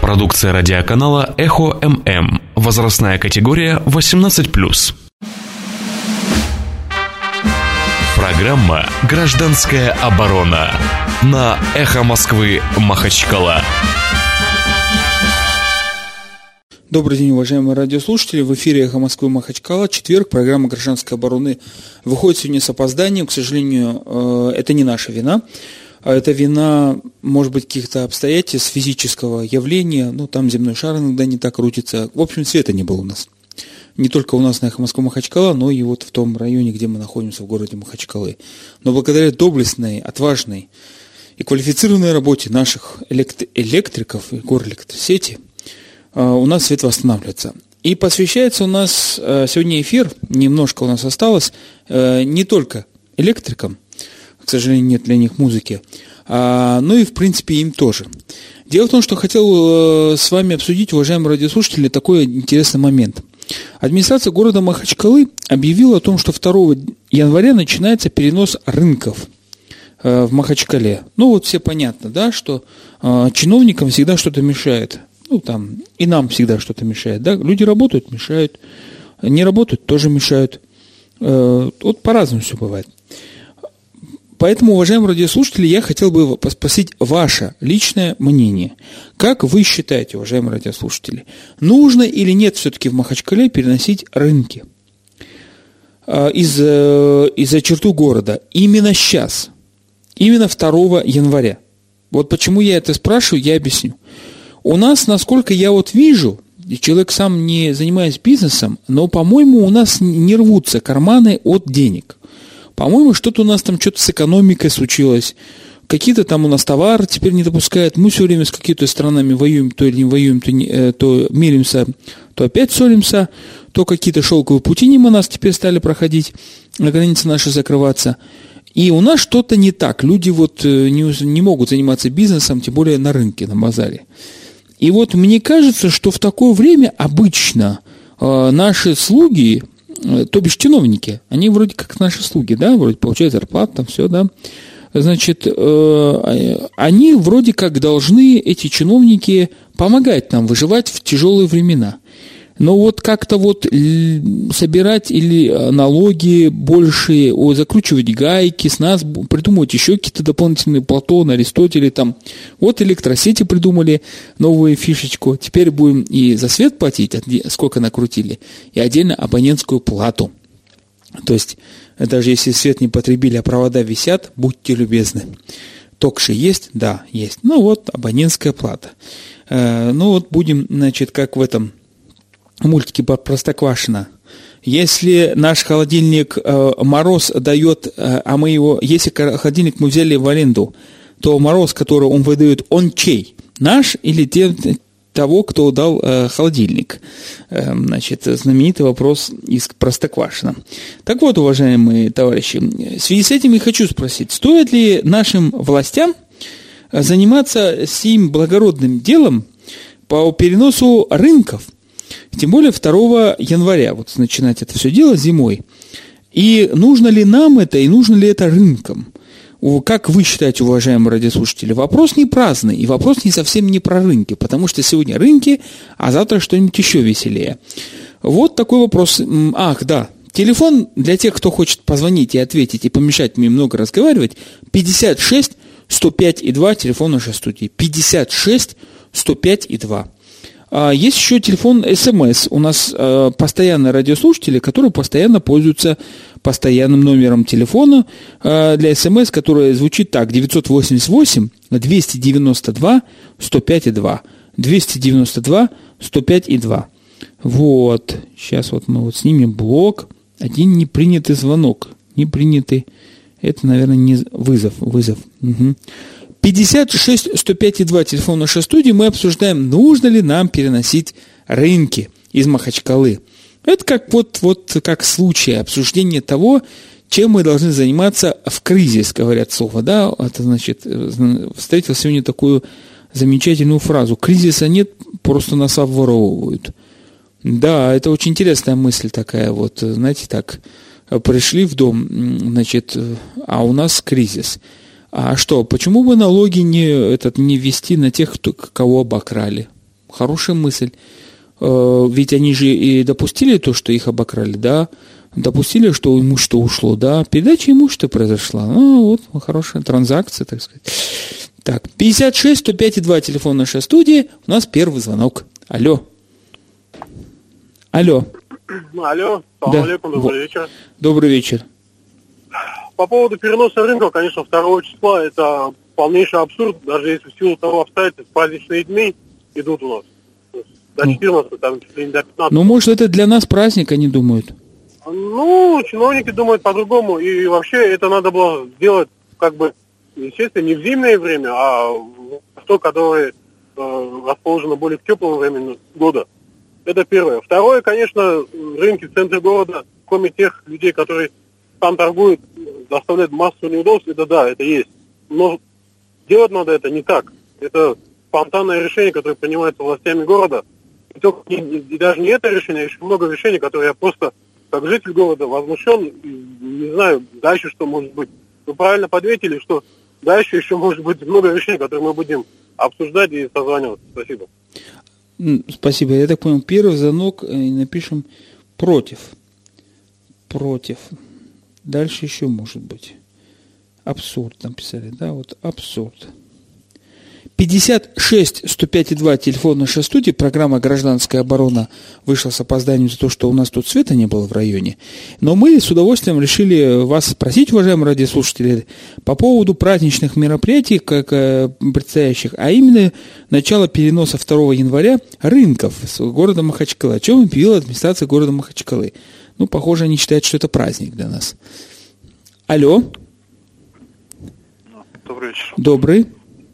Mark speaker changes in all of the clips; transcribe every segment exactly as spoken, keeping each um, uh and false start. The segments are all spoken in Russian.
Speaker 1: Продукция радиоканала «Эхо ММ». Возрастная категория восемнадцать плюс. Программа «Гражданская оборона» на «Эхо Москвы» Махачкала.
Speaker 2: Добрый день, уважаемые радиослушатели. В эфире «Эхо Москвы» Махачкала. Четверг. Программа «Гражданской обороны» выходит сегодня с опозданием. К сожалению, это не наша вина. Это вина, может быть, каких-то обстоятельств физического явления. Ну, там земной шар иногда не так крутится. В общем, света не было у нас. Не только у нас на «Эхо Москвы» Махачкала, но и вот в том районе, где мы находимся, в городе Махачкалы. Но благодаря доблестной, отважной и квалифицированной работе наших электри- электриков и горэлектросети у нас свет восстанавливается. И посвящается у нас сегодня эфир, немножко у нас осталось, не только электрикам, к сожалению, нет для них музыки, но и, в принципе, им тоже. Дело в том, что хотел с вами обсудить, уважаемые радиослушатели, такой интересный момент. Администрация города Махачкалы объявила о том, что второго января начинается перенос рынков в Махачкале. Ну, вот все понятно, да, что чиновникам всегда что-то мешает. Ну, там, и нам всегда что-то мешает, да, люди работают, мешают, не работают, тоже мешают, э, вот по-разному все бывает. Поэтому, уважаемые радиослушатели, я хотел бы спросить ваше личное мнение. Как вы считаете, уважаемые радиослушатели, нужно или нет все-таки в Махачкале переносить рынки э, из, э, из-за черту города именно сейчас, именно второго января? Вот почему я это спрашиваю, я объясню. У нас, насколько я вот вижу, человек сам не занимаясь бизнесом, но, по-моему, у нас не рвутся карманы от денег. По-моему, что-то у нас там что-то с экономикой случилось. Какие-то там у нас товары теперь не допускают. Мы все время с какими-то странами воюем, то не воюем, то, не, то миримся, то опять ссоримся, то какие-то шелковые пути мимо нас теперь стали проходить, на границе наши закрываться. И у нас что-то не так. Люди вот не, не могут заниматься бизнесом, тем более на рынке, на базаре. И вот мне кажется, что в такое время обычно э, наши слуги, э, то бишь чиновники, они вроде как наши слуги, да, вроде получают зарплату, там все, да, значит, э, они вроде как должны, эти чиновники, помогать нам выживать в тяжелые времена. Но вот как-то вот собирать или налоги большие, закручивать гайки, с нас придумывать еще какие-то дополнительные, Платон, Аристотель, там, вот электросети придумали новую фишечку, теперь будем и за свет платить, сколько накрутили, и отдельно абонентскую плату. То есть, даже если свет не потребили, а провода висят, будьте любезны. Ток же есть? Да, есть. Ну вот, абонентская плата. Ну вот будем, значит, как в этом мультики по Простоквашино. Если наш холодильник э, мороз дает, э, а мы его, если холодильник мы взяли в аренду, то мороз, который он выдает, он чей? Наш или те, того, кто дал э, холодильник? Э, значит, знаменитый вопрос из Простоквашино. Так вот, уважаемые товарищи, в связи с этим я хочу спросить, стоит ли нашим властям заниматься сим благородным делом по переносу рынков? Тем более второго января, вот начинать это все дело зимой. И нужно ли нам это, и нужно ли это рынкам? Как вы считаете, уважаемые радиослушатели? Вопрос не праздный, и вопрос не совсем не про рынки, потому что сегодня рынки, а завтра что-нибудь еще веселее. Вот такой вопрос. Ах, да, телефон для тех, кто хочет позвонить и ответить, и помешать мне много разговаривать, пятьдесят шесть сто пять и два, телефон нашей студии, пятьдесят шесть сто пять и два. Есть еще телефон СМС. У нас э, постоянные радиослушатели, которые постоянно пользуются постоянным номером телефона э, для СМС, который звучит так: девятьсот восемьдесят восемь двести девяносто два сто пять и два. двести девяносто два сто пять и два. Вот. Сейчас вот мы вот снимем блок. Один непринятый звонок. Непринятый. Это, наверное, не вызов. Вызов. Угу. пятьдесят шесть сто пять и два, телефон нашей студии, мы обсуждаем, нужно ли нам переносить рынки из Махачкалы. Это как вот, вот как случай обсуждения того, чем мы должны заниматься в кризис, говорят слово, да, это значит, встретил сегодня такую замечательную фразу: кризиса нет, просто нас обворовывают. Да, это очень интересная мысль такая, вот, знаете, так, пришли в дом, значит, а у нас кризис. А что, почему бы налоги не, этот, не ввести на тех, кто, кого обокрали? хорошая мысль. Ведь они же и допустили то, что их обокрали, да, допустили, что имущество ушло, да, передача имущества произошла. Ну, вот, хорошая транзакция, так сказать. Так, пятьдесят шесть сто пять и два, телефон нашей студии, у нас первый звонок. Алло. Алло.
Speaker 3: Алло, салам алейкум, добрый вечер.
Speaker 2: Добрый вечер.
Speaker 3: По поводу переноса рынка, конечно, второго числа это полнейший абсурд, даже если в силу того обстоятельств праздничные дни идут у нас. До четырнадцатого, там, чуть ли не до пятнадцатого.
Speaker 2: Ну, может, это для нас праздник, они думают.
Speaker 3: Ну, чиновники думают по-другому, и вообще это надо было сделать, как бы, естественно, не в зимнее время, а в то, которое э, расположено более к теплому времени года. Это первое. Второе, конечно, рынки в центре города, кроме тех людей, которые там торгуют, доставляют массу неудобств, это да, это есть. Но делать надо это не так. Это спонтанное решение, которое принимается властями города. И, только, и, и даже не это решение, а еще много решений, которые я просто, как житель города, возмущен. Не знаю, дальше что может быть. Вы правильно подметили, что дальше еще может быть много решений, которые мы будем обсуждать и созваниваться. Спасибо.
Speaker 2: Спасибо. Я так понял, первый звонок напишем против. Против. Дальше еще может быть. Абсурд написали, да, вот абсурд. пятьдесят шесть сто пять и два, телефон нашей студии, программа «Гражданская оборона» вышла с опозданием за то, что у нас тут света не было в районе. Но мы с удовольствием решили вас спросить, уважаемые радиослушатели, по поводу праздничных мероприятий, как предстоящих, а именно начало переноса второго января рынков с города Махачкалы. О чем объявила администрация города Махачкалы? Ну, похоже, они считают, что это праздник для нас. Алло.
Speaker 4: Добрый вечер.
Speaker 2: Добрый.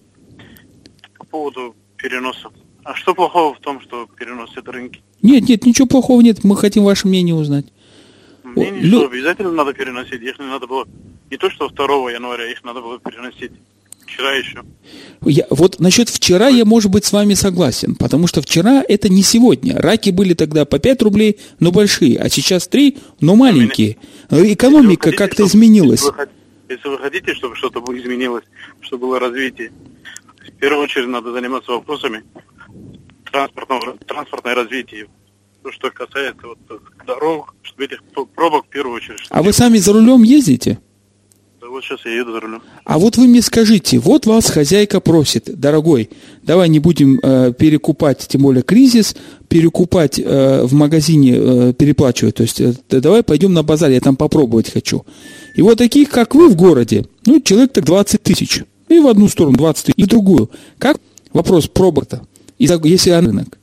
Speaker 4: По поводу переноса. А что плохого в том, что переносят рынки?
Speaker 2: Нет, нет, ничего плохого нет. Мы хотим ваше мнение узнать.
Speaker 4: Мнение, Лю... что обязательно надо переносить. Их не надо было, не то что второго января, их надо было переносить вчера еще.
Speaker 2: Я, вот насчет вчера я, может быть, с вами согласен, потому что вчера это не сегодня. Раки были тогда по пять рублей, но большие, а сейчас три, но маленькие. Экономика хотите, как-то чтобы, изменилась.
Speaker 4: Если вы, если вы хотите, чтобы что-то изменилось, чтобы было развитие, в первую очередь надо заниматься вопросами транспортного, транспортного развития. То, что касается вот, дорог, чтобы этих пробок в первую очередь.
Speaker 2: А вы сами за рулем ездите?
Speaker 4: Да вот сейчас я еду за рулем.
Speaker 2: А вот вы мне скажите, вот вас хозяйка просит, дорогой, давай не будем э, перекупать, тем более кризис, перекупать э, в магазине, э, переплачивать, то есть э, давай пойдем на базар, я там попробовать хочу. И вот таких, как вы в городе, ну, человек так двадцать тысяч. И в одну сторону двадцать тысяч, и в другую. Как? Вопрос пробок-то, если рынок.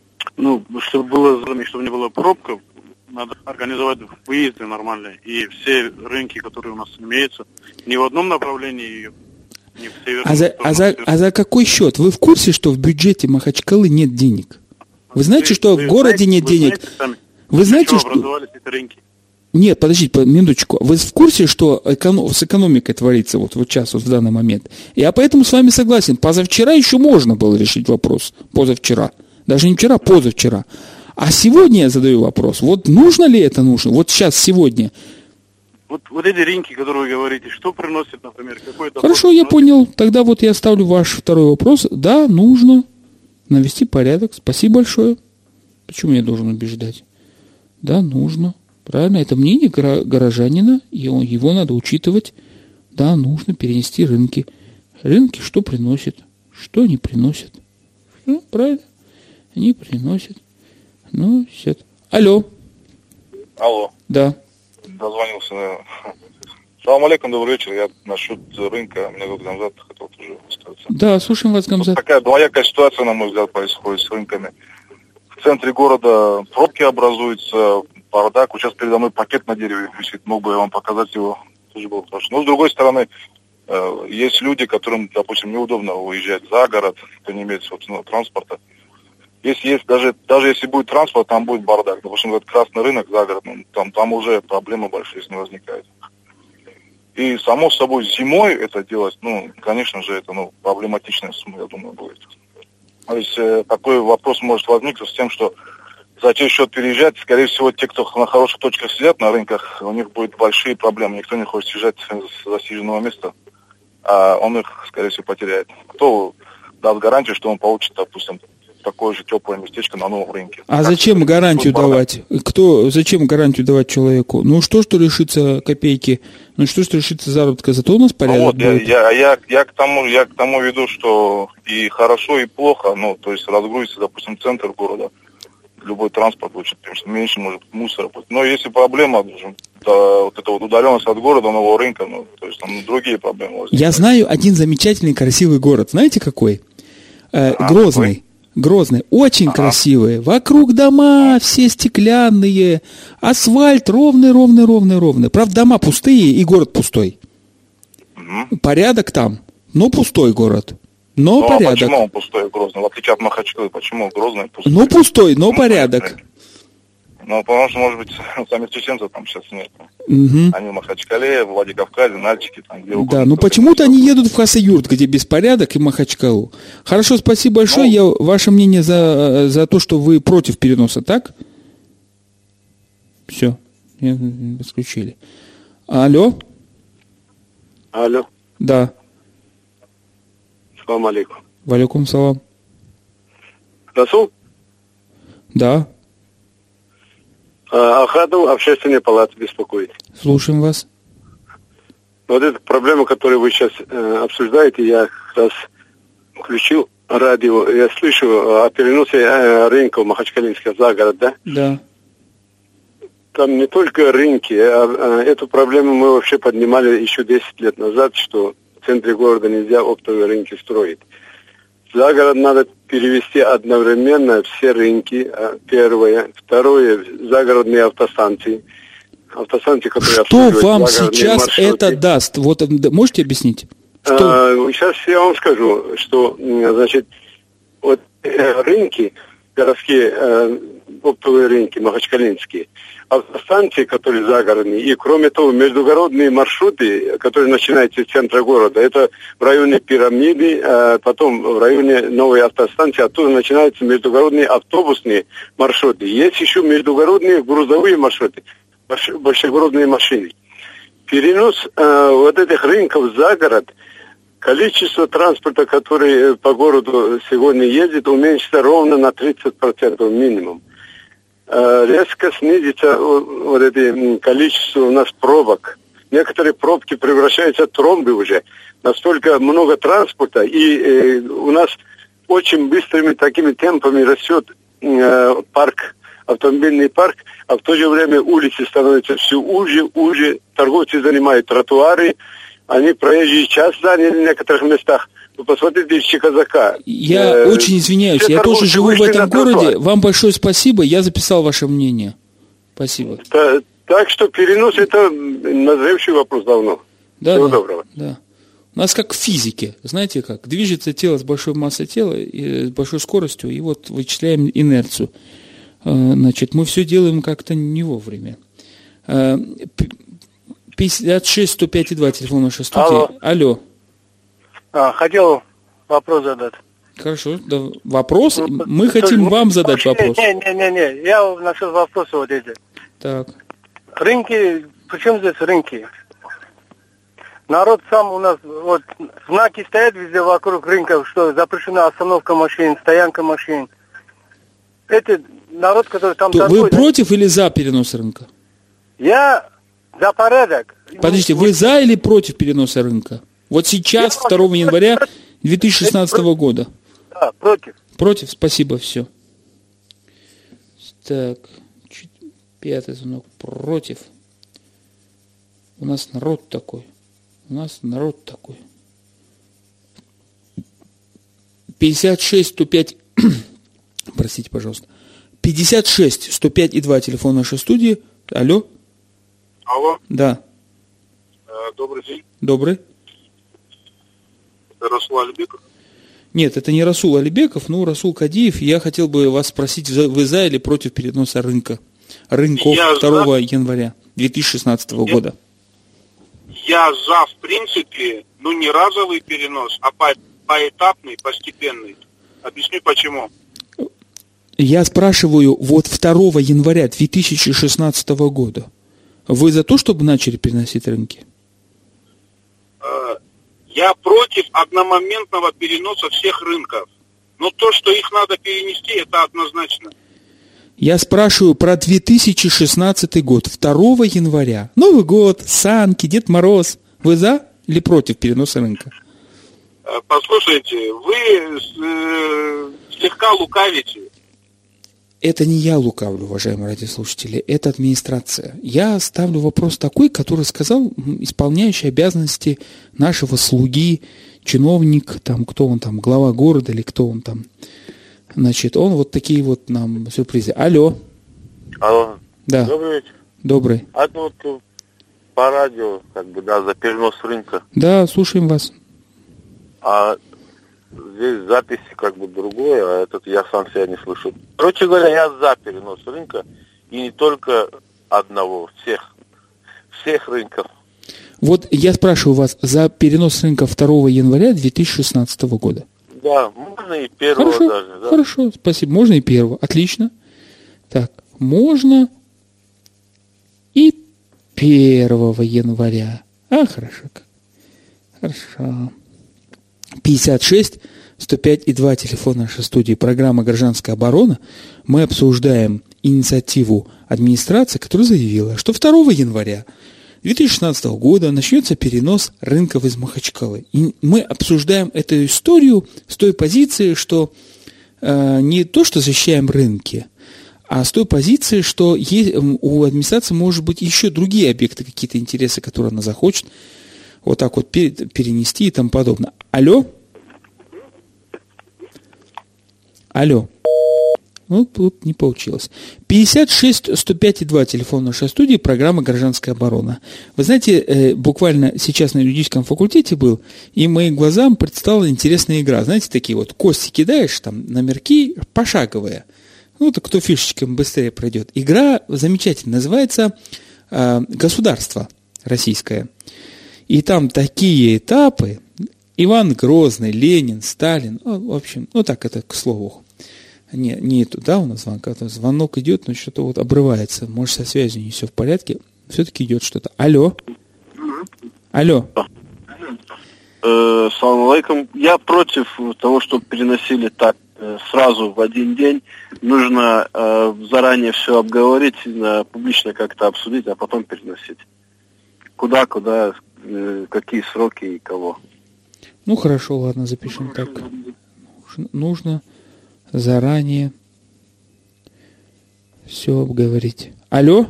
Speaker 4: Ну, чтобы было, чтобы не было пробка, надо организовать выезды нормальные. И все рынки, которые у нас имеются, не в одном направлении, не в северном.
Speaker 2: А за, а, за, а за какой счет? Вы в курсе, что в бюджете Махачкалы нет денег? Вы знаете, вы, что вы в городе знаете, нет вы денег? Знаете, сами,
Speaker 4: вы знаете, что... образовались эти рынки?
Speaker 2: Нет, подождите, минуточку. Вы в курсе, что эконом... с экономикой творится вот, вот сейчас, вот в данный момент? Я поэтому с вами согласен. Позавчера еще можно было решить вопрос. Позавчера. Даже не вчера, позавчера. А сегодня я задаю вопрос. Вот нужно ли это нужно? Вот сейчас, сегодня.
Speaker 4: Вот, вот эти рынки, которые вы говорите, что приносит, например, какой-то...
Speaker 2: Хорошо, я понял. Тогда вот я ставлю ваш второй вопрос. Да, нужно навести порядок. Спасибо большое. Почему я должен убеждать? Да, нужно. Правильно, это мнение горожанина, его, его надо учитывать. Да, нужно перенести рынки. Рынки что приносят? Что не приносят? Ну, правильно, они приносят. Ну, все. Алло.
Speaker 5: Алло.
Speaker 2: Да.
Speaker 5: Дозвонился, наверное. Салам алейкум, добрый вечер. Я насчет рынка, мне как Гамзат хотел тоже высказаться.
Speaker 2: Да, слушаем вас, Гамзат.
Speaker 5: Вот такая двоякая ситуация, на мой взгляд, происходит с рынками. В центре города пробки образуются, бардак. Вот сейчас передо мной пакет на дереве висит, мог бы я вам показать его, тоже было хорошо. Но с другой стороны, э, есть люди, которым, допустим, неудобно уезжать за город, кто не имеет собственного транспорта. Если есть, даже, даже если будет транспорт, там будет бардак. Допустим, этот красный рынок за городом, там, там уже проблемы большие не возникают. И само собой зимой это делать, ну, конечно же, это ну, проблематично, я думаю, будет. То есть э, такой вопрос может возникнуть с тем, что за чей счет переезжать, скорее всего, те, кто на хороших точках сидят на рынках, у них будут большие проблемы. Никто не хочет съезжать с засиженного места, а он их, скорее всего, потеряет. Кто даст гарантию, что он получит, допустим, такое же теплое местечко на новом рынке.
Speaker 2: А
Speaker 5: как
Speaker 2: зачем гарантию давать? Кто, зачем гарантию давать человеку? Ну что, что лишится копейки? Ну что, что лишится заработка? Зато у нас порядок
Speaker 5: ну, вот,
Speaker 2: будет.
Speaker 5: Я, я, я, я, к тому, я к тому веду, что и хорошо, и плохо. Ну, то есть разгрузится, допустим, центр города. Любой транспорт лучше, потому что меньше может мусора быть. Но если проблема, то вот эта вот удаленность от города, нового рынка, ну, то есть там другие проблемы возникают.
Speaker 2: Я знаю один замечательный красивый город. Знаете какой? Э,
Speaker 5: а,
Speaker 2: Грозный.
Speaker 5: какой?
Speaker 2: Грозный. Очень ага. красивый. Вокруг дома все стеклянные. Асфальт ровный, ровный, ровный, ровный. Правда, дома пустые и город пустой.
Speaker 5: Угу.
Speaker 2: Порядок там, но пустой город. Но
Speaker 5: ну,
Speaker 2: порядок.
Speaker 5: А почему он пустой, Грозный? В отличие от Махачкалы, почему Грозный пустой?
Speaker 2: Ну, пустой, но порядок.
Speaker 5: Ну, потому что, может быть, самих чеченцев там сейчас нет.
Speaker 2: Угу.
Speaker 5: Они в Махачкале, в Владикавказе, Нальчике, там, где угодно.
Speaker 2: Да, ну почему-то они едут в Хасавюрт, где беспорядок, и Махачкалу. Хорошо, спасибо большое. Ну, Я, ваше мнение за, за то, что вы против переноса, так? Все, исключили. Алло?
Speaker 3: Алло.
Speaker 2: Да.
Speaker 3: Салам алейкум.
Speaker 2: Валейкум салам.
Speaker 3: Расул?
Speaker 2: Да.
Speaker 3: Охрану общественной палаты беспокоит.
Speaker 2: Слушаем вас.
Speaker 3: Вот эта проблема, которую вы сейчас э, обсуждаете, я как раз включил радио, я слышу о переносе э, рынка в Махачкалинске за город, да?
Speaker 2: Да.
Speaker 3: Там не только рынки, а, а эту проблему мы вообще поднимали еще десять лет назад, что в центре города нельзя оптовые рынки строить. За город надо перевести одновременно все рынки, первое. Второе, загородные автостанции. Автостанции, которые
Speaker 2: Что вам сейчас маршруты. Это даст? Вот можете объяснить? Что?
Speaker 3: А, сейчас я вам скажу, что, значит, вот рынки, городские оптовые рынки, махачкалинские, автостанции, которые загородные, и кроме того, междугородные маршруты, которые начинаются с центра города, это в районе Пирамиды, а потом в районе новой автостанции, оттуда начинаются междугородные автобусные маршруты. Есть еще междугородные грузовые маршруты, большегородные машины. Перенос а, вот этих рынков за город, количество транспорта, который по городу сегодня ездит, уменьшится ровно на тридцать процентов минимум. Резко снизится вот это количество у нас пробок. Некоторые пробки превращаются в тромбы уже. Настолько много транспорта, и э, у нас очень быстрыми такими темпами растет э, парк, автомобильный парк, а в то же время улицы становятся все уже, уже. Торговцы занимают тротуары, они проезжий час заняли в некоторых местах. Вы посмотрите из Чеказака.
Speaker 2: Я э, очень извиняюсь, я тоже живу в этом городе. Вам большое спасибо, я записал ваше мнение. Спасибо.
Speaker 3: Да, так что перенос это назревший вопрос давно.
Speaker 2: Да,
Speaker 3: Всего
Speaker 2: да,
Speaker 3: доброго.
Speaker 2: Да. У нас как в физике, знаете как, движется тело с большой массой тела, и с большой скоростью, и вот вычисляем инерцию. Значит, мы все делаем как-то не вовремя. пятьдесят шесть сто пять и два, телефон нашей студии.
Speaker 3: Алло.
Speaker 2: Алло.
Speaker 3: А, хотел вопрос задать.
Speaker 2: Хорошо, да, вопрос.
Speaker 3: Ну,
Speaker 2: Мы
Speaker 3: то,
Speaker 2: хотим
Speaker 3: ну,
Speaker 2: вам задать
Speaker 3: не,
Speaker 2: вопрос.
Speaker 3: Не, не, не, не. Я насчет вопроса вот эти.
Speaker 2: Так.
Speaker 3: Рынки, причем здесь рынки? Народ сам у нас, вот, знаки стоят везде вокруг рынков, что запрещена остановка машин, стоянка машин. Это народ, который там...
Speaker 2: То
Speaker 3: торгует,
Speaker 2: вы против или за перенос рынка?
Speaker 3: Я за порядок.
Speaker 2: Подождите, вы за или против переноса рынка? Вот сейчас, второго января две тысячи шестнадцатого года.
Speaker 3: Да, против.
Speaker 2: Против, спасибо, все. Так, пятый звонок, против. У нас народ такой. У нас народ такой. пятьдесят шесть сто пять, простите, пожалуйста. пятьдесят шесть сто пять и два, телефон нашей студии. Алло.
Speaker 5: Алло.
Speaker 2: Да.
Speaker 5: Э, добрый день.
Speaker 2: Добрый.
Speaker 5: Это Расул Алибеков?
Speaker 2: Нет, это не Расул Алибеков, но Расул Кадиев. Я хотел бы вас спросить, вы за или против переноса рынка? Рынков
Speaker 6: Я
Speaker 2: второго
Speaker 6: за...
Speaker 2: января две тысячи шестнадцатого
Speaker 6: я...
Speaker 2: года.
Speaker 6: Я за, в принципе, ну не разовый перенос, а по... поэтапный, постепенный. Объясню почему.
Speaker 2: Я спрашиваю, вот второго января две тысячи шестнадцатого года вы за то, чтобы начали переносить рынки?
Speaker 6: Я против одномоментного переноса всех рынков. Но то, что их надо перенести, это однозначно.
Speaker 2: Я спрашиваю про две тысячи шестнадцатый год, второго января. Новый год, санки, Дед Мороз. Вы за или против переноса рынка?
Speaker 6: Послушайте, вы э, слегка лукавите.
Speaker 2: Это не я лукавлю, уважаемые радиослушатели, это администрация. Я ставлю вопрос такой, который сказал исполняющий обязанности нашего слуги, чиновник, там, кто он там, глава города или кто он там. Значит, он вот такие вот нам сюрпризы. Алло.
Speaker 7: Алло.
Speaker 2: Да.
Speaker 7: Добрый вечер.
Speaker 2: Добрый.
Speaker 7: А вот по радио, как бы, да, за перенос рынка.
Speaker 2: Да, слушаем вас.
Speaker 7: А здесь записи как бы другое, а этот я сам себя не слышу. Короче говоря, я за перенос рынка, и не только одного, всех, всех рынков.
Speaker 2: Вот я спрашиваю вас, за перенос рынка второго января две тысячи шестнадцатого года.
Speaker 7: Да, можно и первого
Speaker 2: Хорошо,
Speaker 7: даже. Да?
Speaker 2: Хорошо, спасибо. Можно и первого. Отлично. Так, можно и первого января. А, хорошо. Хорошо. пятьдесят шесть сто пять и два телефон нашей студии, программа «Гражданская оборона». Мы обсуждаем инициативу администрации, которая заявила, что второго января две тысячи шестнадцатого года начнется перенос рынков из Махачкалы. И мы обсуждаем эту историю с той позиции, что э, не то, что защищаем рынки, а с той позиции, что есть, у администрации может быть еще другие объекты, какие-то интересы, которые она захочет вот так вот перенести и тому подобное. Алло? Алло. Ну, тут не получилось. пятьдесят шесть сто пять и два телефон нашей студии, программа «Гражданская оборона». Вы знаете, буквально сейчас на юридическом факультете был, и моим глазам предстала интересная игра. Знаете, такие вот кости кидаешь, там, номерки пошаговые. Ну, так кто фишечками быстрее пройдет. Игра замечательная, называется э, «Государство российское». И там такие этапы. Иван Грозный, Ленин, Сталин. Ну, в общем, ну так это к слову. Не, не туда у нас звонок, а звонок идет, но что-то вот обрывается. Может, со связью не все в порядке. Все-таки идет что-то. Алло. Алло.
Speaker 8: Э, салам алейкум. Я против того, чтобы переносили так э, сразу в один день. Нужно э, заранее все обговорить, э, публично как-то обсудить, а потом переносить. Куда, куда, э, какие сроки и кого.
Speaker 2: Ну хорошо, ладно, запишем так. Нужно заранее все обговорить. Алло?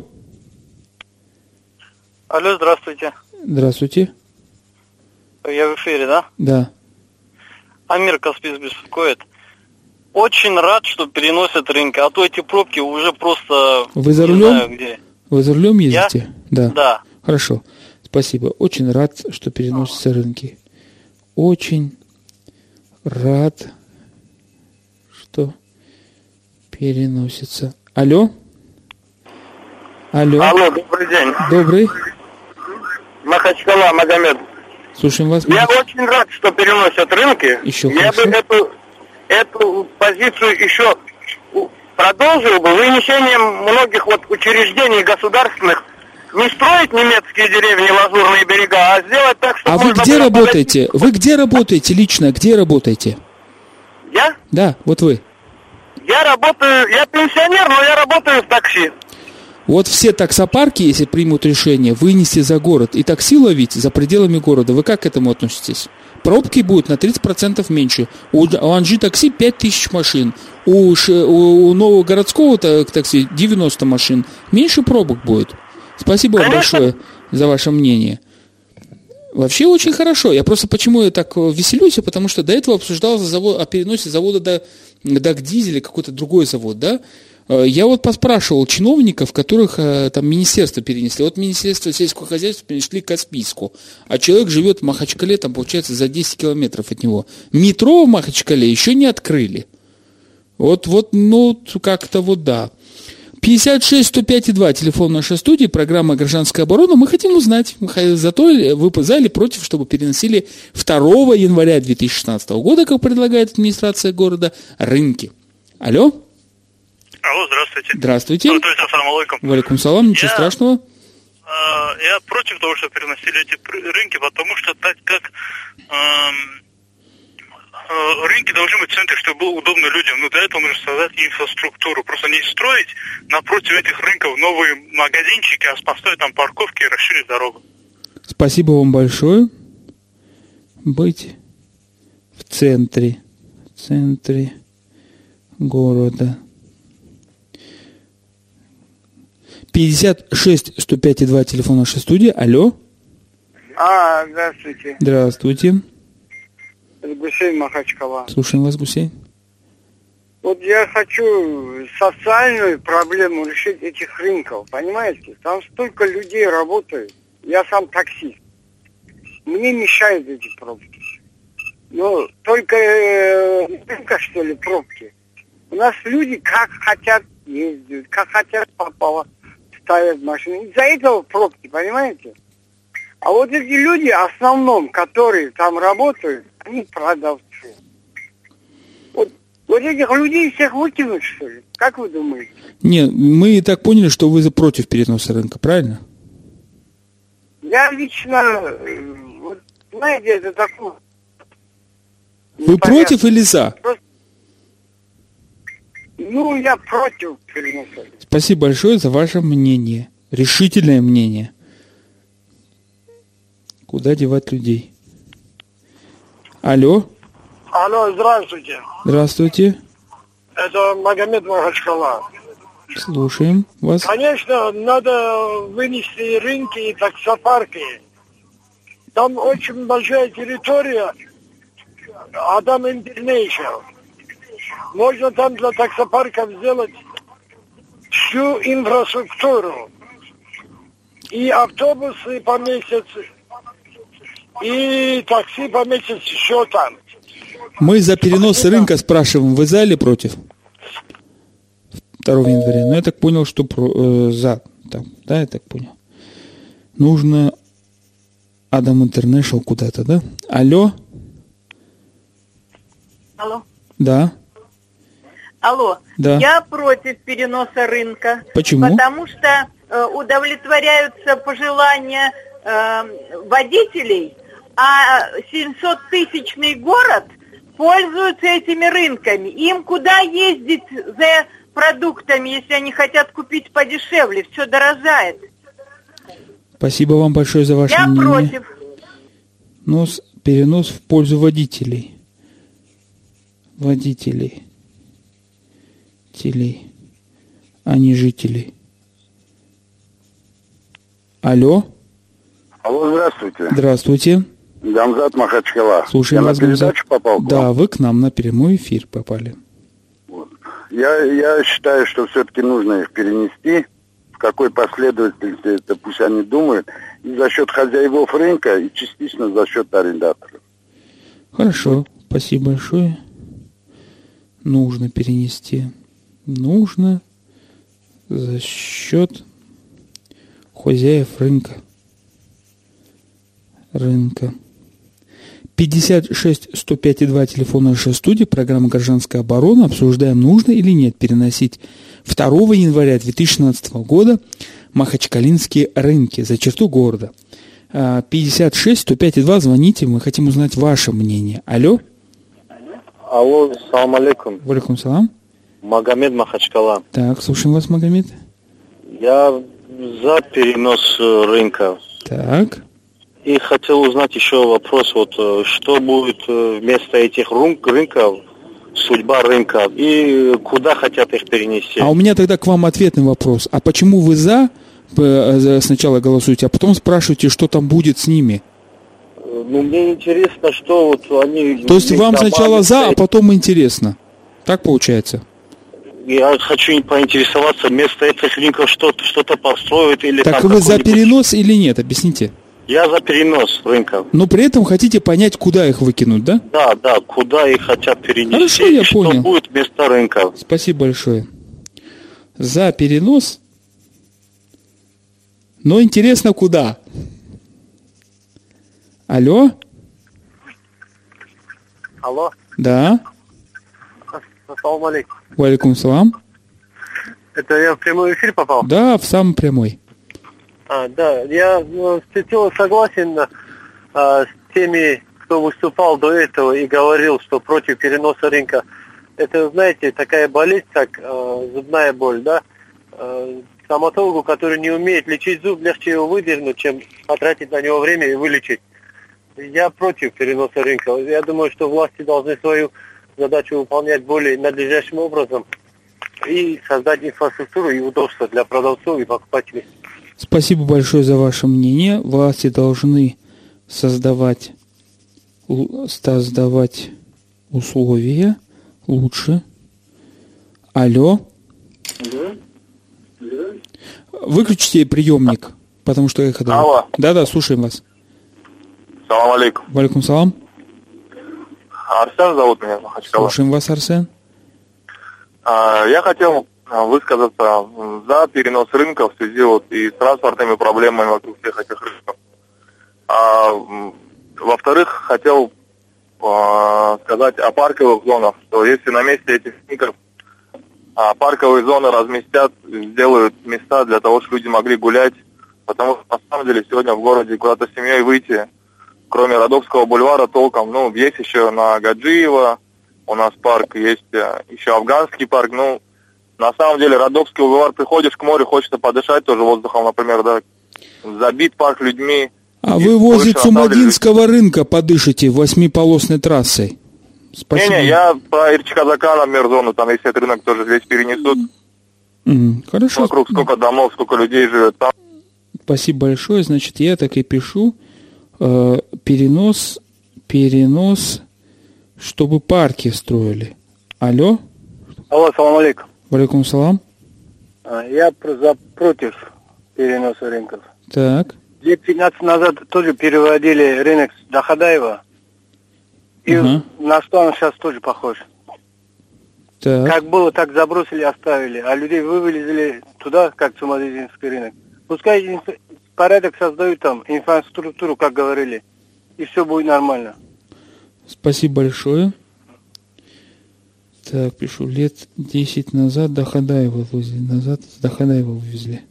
Speaker 9: Алло, здравствуйте.
Speaker 2: Здравствуйте.
Speaker 9: Я в эфире, да?
Speaker 2: Да.
Speaker 9: Амир Каспийс беспокоит. Очень рад, что переносят рынки, а то эти пробки уже просто...
Speaker 2: Вы за
Speaker 9: не
Speaker 2: рулем?
Speaker 9: знаю, где.
Speaker 2: Вы за рулем ездите?
Speaker 9: Я?
Speaker 2: Да.
Speaker 9: Да.
Speaker 2: Хорошо. Спасибо. Очень рад, что переносятся рынки. Очень рад, что переносится. Алло? Алло?
Speaker 9: Алло, добрый день.
Speaker 2: Добрый.
Speaker 9: Махачкала, Магомед.
Speaker 2: Слушаем вас.
Speaker 9: Я очень рад, что переносят рынки.
Speaker 2: Еще
Speaker 9: Я
Speaker 2: хорошо.
Speaker 9: бы эту, эту позицию еще продолжил бы вынесением многих вот учреждений государственных. Не строить немецкие деревни, лазурные берега, а сделать так, чтобы...
Speaker 2: А вы
Speaker 9: можно
Speaker 2: где
Speaker 9: было
Speaker 2: работаете? Вы где работаете лично? Где работаете?
Speaker 9: Я?
Speaker 2: Да, вот вы.
Speaker 9: Я работаю, я пенсионер, но я работаю в такси.
Speaker 2: Вот все таксопарки, если примут решение вынести за город и такси ловить за пределами города, вы как к этому относитесь? Пробки будут на тридцать процентов меньше. У Анжи такси пять тысяч машин. У, у нового городского такси девяносто машин. Меньше пробок будет. Спасибо вам большое за ваше мнение. Вообще очень хорошо. Я просто почему я так веселюсь, потому что до этого обсуждался завод, о переносе завода до, до дизеля, какой-то другой завод, да? Я вот поспрашивал чиновников, которых там министерство перенесли. Вот Министерство сельского хозяйства перенесли к Каспийску, а человек живет в Махачкале, там получается за десять километров от него. Метро в Махачкале еще не открыли. Вот, вот, ну, как-то вот да. пятьдесят шесть сто пять и два телефон нашей студии, программа «Гражданская оборона». Мы хотим узнать, за то вы за или против, чтобы переносили второго января две тысячи шестнадцатого года, как предлагает администрация города, рынки. Алло?
Speaker 10: Алло, здравствуйте.
Speaker 2: Здравствуйте.
Speaker 10: Здравствуйте, ассаламу алейкум.
Speaker 2: Валейкум салам, ничего
Speaker 10: я,
Speaker 2: страшного.
Speaker 10: Э, я против того, что переносили эти рынки, потому что так как э, э, рынки должны быть в центре, чтобы было удобно людям. Но для этого нужно создать инфраструктуру. Просто не строить напротив этих рынков новые магазинчики, а поставить там парковки и расширить дорогу.
Speaker 2: Спасибо вам большое. Быть в центре, в центре города. пятьдесят шесть сто пять и два, телефон нашей студии. Алло.
Speaker 11: А, здравствуйте.
Speaker 2: Здравствуйте.
Speaker 11: Это Гусейн, Махачкала.
Speaker 2: Слушаем вас, Гусейн.
Speaker 11: Вот я хочу социальную проблему решить этих рынков, понимаете? Там столько людей работают. Я сам таксист. Мне мешают эти пробки. Ну, только э, рынка, что ли, пробки. У нас люди как хотят ездят, как хотят попало, ставят машины. Из-за этого пробки, понимаете? А вот эти люди, в основном, которые там работают, они продавцы. Вот, вот этих людей всех выкинуть, что ли? Как вы думаете?
Speaker 2: Нет, мы и так поняли, что вы за против переноса рынка, правильно?
Speaker 11: Я лично, вот, знаете, это такое...
Speaker 2: Вы против или за?
Speaker 11: Просто... Ну, я против переноса.
Speaker 2: Спасибо большое за ваше мнение. Решительное мнение. Куда девать людей? Алло.
Speaker 3: Алло, здравствуйте.
Speaker 2: Здравствуйте.
Speaker 3: Это Магомед Махачкала.
Speaker 2: Слушаем вас.
Speaker 3: Конечно, надо вынести рынки и таксопарки. Там очень большая территория, а там International. Можно там для таксопарков сделать всю инфраструктуру. И автобусы поместятся, и такси поместятся, все там.
Speaker 2: Мы за перенос рынка спрашиваем, вы за или против? второго января. Ну, я так понял, что про, э, за. Там, да, я так понял. Нужно Адам Интернешнл куда-то, да? Алло?
Speaker 12: Алло.
Speaker 2: Да.
Speaker 12: Алло.
Speaker 2: Да.
Speaker 12: Я против переноса рынка.
Speaker 2: Почему?
Speaker 12: Потому что э, удовлетворяются пожелания э, водителей, а семисоттысячный город пользуется этими рынками. Им куда ездить за продуктами, если они хотят купить подешевле? Все дорожает.
Speaker 2: Спасибо вам большое за ваше
Speaker 12: Я
Speaker 2: мнение.
Speaker 12: Я против.
Speaker 2: Но перенос в пользу водителей. Водителей. Телей. А не жителей. Алло.
Speaker 13: Алло, здравствуйте.
Speaker 2: Здравствуйте.
Speaker 13: Гамзат, Махачкала.
Speaker 2: Слушаем
Speaker 13: я
Speaker 2: вас,
Speaker 13: на передачу
Speaker 2: Гамзат.
Speaker 13: попал к
Speaker 2: Да,
Speaker 13: вам?
Speaker 2: вы к нам на прямой эфир попали.
Speaker 13: Я, я считаю, что все-таки нужно их перенести. В какой последовательности, это пусть они думают. И за счет хозяев рынка, и частично за счет арендаторов.
Speaker 2: Хорошо, спасибо большое. Нужно перенести. Нужно за счет хозяев рынка. Рынка. пятьдесят шесть сто пять и два, телефон нашей студии, программа «Гражданская оборона». Обсуждаем, нужно или нет переносить второго января две тысячи шестнадцатого года махачкалинские рынки за черту города. пятьдесят шесть сто пять и два, звоните, мы хотим узнать ваше мнение. Алло.
Speaker 14: Алло, салам алейкум.
Speaker 2: Валейкум салам.
Speaker 14: Магомед, Махачкала.
Speaker 2: Так, слушаем вас, Магомед.
Speaker 14: Я за перенос рынка.
Speaker 2: Так.
Speaker 14: И хотел узнать еще вопрос, вот что будет вместо этих рынков, судьба рынка, и куда хотят их перенести.
Speaker 2: А у меня тогда к вам ответный вопрос. А почему вы за сначала голосуете, а потом спрашиваете, что там будет с ними?
Speaker 14: Ну, мне интересно, что вот они...
Speaker 2: То есть вам сначала за, а потом интересно. Так получается?
Speaker 14: Я хочу поинтересоваться, вместо этих рынков что-то, что-то построят или...
Speaker 2: Так
Speaker 14: там
Speaker 2: вы за перенос или нет? Объясните.
Speaker 14: Я за перенос рынков.
Speaker 2: Но при этом хотите понять, куда их выкинуть, да?
Speaker 14: Да, да, куда их хотят перенести.
Speaker 2: Хорошо, я
Speaker 14: и что
Speaker 2: понял.
Speaker 14: будет вместо рынков.
Speaker 2: Спасибо большое. За перенос. Но интересно, куда? Алло?
Speaker 3: Алло.
Speaker 2: Да.
Speaker 3: Ассаламу алейкум.
Speaker 2: Валейкум салам.
Speaker 3: Это я в прямой эфир попал?
Speaker 2: Да, в самый прямой.
Speaker 3: А, да, я ну, всецело согласен а, с теми
Speaker 14: кто выступал до этого и говорил, что против переноса рынка, это, знаете, такая болезнь, как э, зубная боль, да? Э, стоматологу, который не умеет лечить зуб, легче его выдернуть, чем потратить на него время и вылечить. Я против переноса рынка. Я думаю, что власти должны свою задачу выполнять более надлежащим образом и создать инфраструктуру и удобства для продавцов и покупателей.
Speaker 2: Спасибо большое за ваше мнение. Власти должны создавать, создавать условия лучше. Алло. Выключите приемник, потому что эхо дает.
Speaker 5: Алло.
Speaker 2: Да-да, слушаем вас.
Speaker 5: Салам алейкум.
Speaker 2: Валейкум салам.
Speaker 5: Арсен зовут меня, Махачкала.
Speaker 2: Слушаем вас, Арсен.
Speaker 5: А, я хотел высказаться за перенос рынка в связи вот и с транспортными проблемами вокруг всех этих рынков. А, во-вторых, хотел а, сказать о парковых зонах, что если на месте этих рынков а, парковые зоны разместят, сделают места для того, чтобы люди могли гулять, потому что на самом деле сегодня в городе куда-то с семьей выйти, кроме Родовского бульвара, толком, ну, есть еще на Гаджиева, у нас парк, есть еще Афганский парк, ну, на самом деле, Родовский бульвар, приходишь к морю, хочется подышать тоже воздухом, например, да, забит парк людьми.
Speaker 2: А вы возле Цумадинского рынка подышите восьмиполосной трассой. Спасибо.
Speaker 5: Не-не, я про Ирчказака, например, зону, там, если этот рынок тоже весь перенесут.
Speaker 2: Mm, хорошо.
Speaker 5: Вокруг сколько домов, сколько людей живет там.
Speaker 2: Спасибо большое, значит, я так и пишу. Перенос, перенос, чтобы парки строили. Алло?
Speaker 15: Алло, салам алейкум.
Speaker 2: Валейкум салам.
Speaker 15: Я за, против переноса рынков.
Speaker 2: Так.
Speaker 15: Лет пятнадцать назад тоже переводили рынок до Хадаева. И uh-huh. на что он сейчас тоже похож.
Speaker 2: Так.
Speaker 15: Как было, так забросили, оставили. А людей вывезли туда, как Цумадинский рынок. Пускай порядок создают там, инфраструктуру, как говорили, и все будет нормально.
Speaker 2: Спасибо большое. Так, пишу, лет десять назад до Хадаева возле, назад до Хадаева вывезли.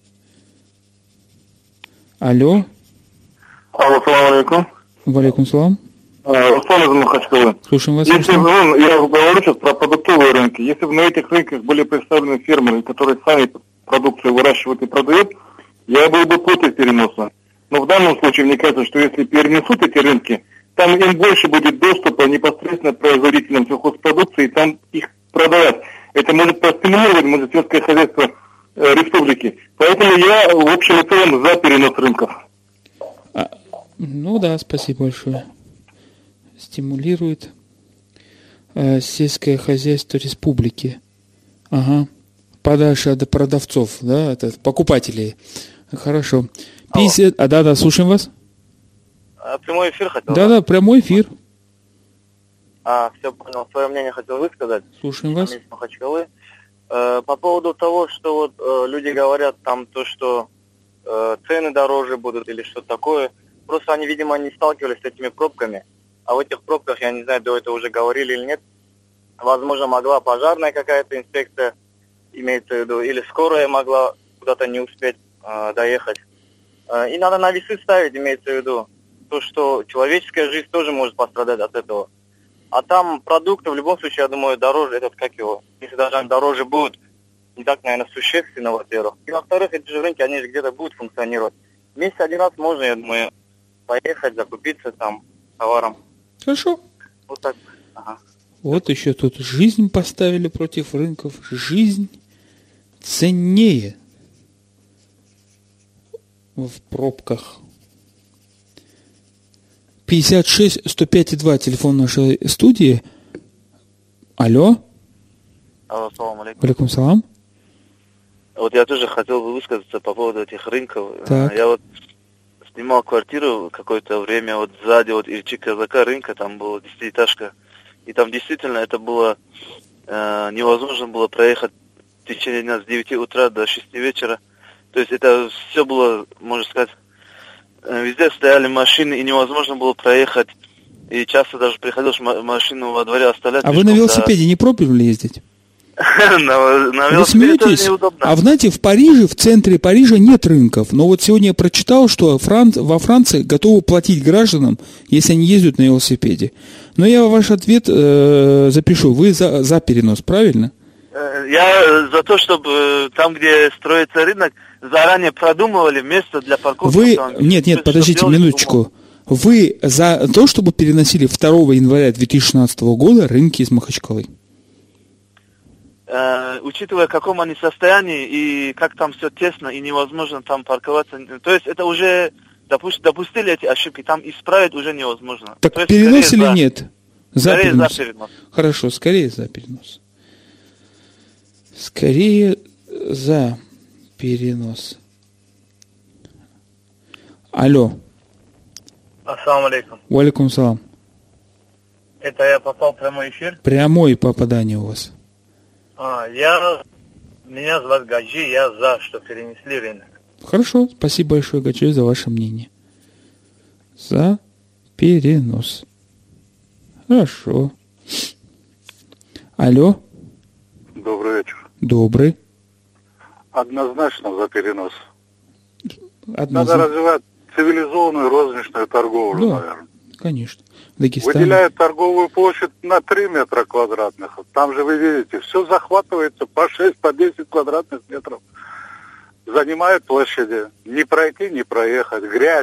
Speaker 2: Алло.
Speaker 16: Алло, салам алейкум.
Speaker 2: Валейкум салам.
Speaker 16: Руслан из Махачкалы.
Speaker 2: Слушаем вас.
Speaker 16: Если бы, я говорю сейчас про продуктовые рынки. Если бы на этих рынках были представлены фермеры, которые сами продукцию выращивают и продают, я был бы против переноса. Но в данном случае мне кажется, что если перенесут эти рынки, там им больше будет доступа непосредственно к производителям сельхозпродукции, и там их продавать. Это может простимулировать, может, сельское хозяйство э, республики. Поэтому я, в общем и целом, за перенос рынков.
Speaker 2: А, ну да, спасибо большое. Стимулирует э, сельское хозяйство республики. Ага. Подальше от продавцов, да, это покупателей. Хорошо. пятьдесят... А, да-да, слушаем вас.
Speaker 14: А, прямой эфир хотел?
Speaker 2: Да-да, прямой эфир.
Speaker 14: А, все понял. Свое мнение хотел высказать.
Speaker 2: Слушаем вас.
Speaker 14: Махачкалы. Э, по поводу того, что вот э, люди говорят там то, что э, цены дороже будут или что-то такое. Просто они, видимо, не сталкивались с этими пробками. А в этих пробках, я не знаю, до этого уже говорили или нет, возможно, могла пожарная какая-то инспекция, имеется в виду, или скорая могла куда-то не успеть э, доехать. Э, и надо на весы ставить, имеется в виду, то, что человеческая жизнь тоже может пострадать от этого. А там продукты в любом случае, я думаю, дороже, этот как его, если даже они дороже будут, не так, наверное, существенно, во-первых. И во-вторых, эти же рынки, они же где-то будут функционировать. В месяц один раз можно, я думаю, поехать, закупиться там товаром.
Speaker 2: Хорошо.
Speaker 14: Вот так. Ага.
Speaker 2: Вот еще тут жизнь поставили против рынков. Жизнь ценнее в пробках. пятьдесят шесть сто пять два, телефон нашей студии. Алло.
Speaker 14: Алло, салам алейкум.
Speaker 2: Алейкум салам.
Speaker 14: Вот я тоже хотел бы высказаться по поводу этих рынков.
Speaker 2: Так.
Speaker 14: Я вот снимал квартиру какое-то время, вот сзади вот Ирчи-Казака рынка, там была десятиэтажка. И там действительно это было э, невозможно было проехать в течение дня с девяти утра до шести вечера. То есть это все было, можно сказать, э, везде стояли машины, и невозможно было проехать. И часто даже приходилось машину во дворе оставлять.
Speaker 2: А вы на велосипеде до... не пробовали ездить? Вы смеетесь? А знаете, в Париже, в центре Парижа нет рынков. Но вот сегодня я прочитал, что Фран... во Франции готовы платить гражданам, если они ездят на велосипеде. Но я ваш ответ э, запишу. Вы за, за перенос, правильно?
Speaker 17: Я за то, чтобы там, где строится рынок, заранее продумывали место для парковки.
Speaker 2: Вы... Нет, нет, подождите минуточку. Вы за то, чтобы переносили второго января две тысячи шестнадцатого года рынки из Махачкалы?
Speaker 17: Э, учитывая, в каком они состоянии и как там все тесно и невозможно там парковаться. То есть это уже допу- допустили эти ошибки, там исправить уже невозможно.
Speaker 2: Так
Speaker 17: То есть,
Speaker 2: перенос или
Speaker 17: за...
Speaker 2: нет? За
Speaker 17: скорее
Speaker 2: перенос.
Speaker 17: за перенос.
Speaker 2: Хорошо, скорее за перенос. Скорее за перенос. Алло.
Speaker 18: Ассаламу алейкум.
Speaker 2: Валикум салам.
Speaker 18: Это я попал в прямой эфир?
Speaker 2: Прямое попадание у вас.
Speaker 18: А, я... Меня зовут Гаджи, я за, что перенесли рынок.
Speaker 2: Хорошо, спасибо большое, Гаджи, за ваше мнение. За перенос. Хорошо. Алло.
Speaker 13: Добрый вечер.
Speaker 2: Добрый.
Speaker 13: Однозначно за перенос.
Speaker 2: Однозначно.
Speaker 13: Надо развивать цивилизованную розничную торговлю,
Speaker 2: Да,
Speaker 13: наверное.
Speaker 2: конечно. Дагестан.
Speaker 13: Выделяют торговую площадь на три метра квадратных. Там же вы видите, все захватывается по шесть, по десять квадратных метров. Занимают площади. Не пройти, не проехать. Грязь.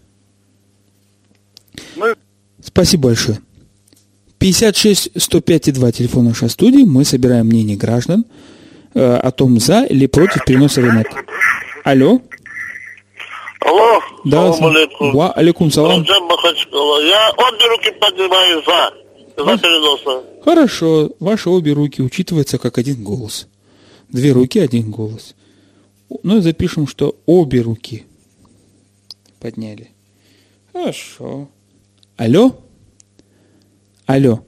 Speaker 13: Ну,
Speaker 2: Спасибо большое. пятьдесят шесть сто пять и два телефон нашей студии. Мы собираем мнение граждан э, о том, за или против переноса рынка. Алло.
Speaker 19: Алло.
Speaker 2: Да,
Speaker 19: салам алейкум.
Speaker 2: Ва алейкум салам.
Speaker 19: Раджаб Махачкала. Я обе руки поднимаю за. За переноса.
Speaker 2: Хорошо. Ваши обе руки учитываются как один голос. Две руки, один голос. Ну и запишем, что обе руки подняли. Хорошо. Алло. Алло.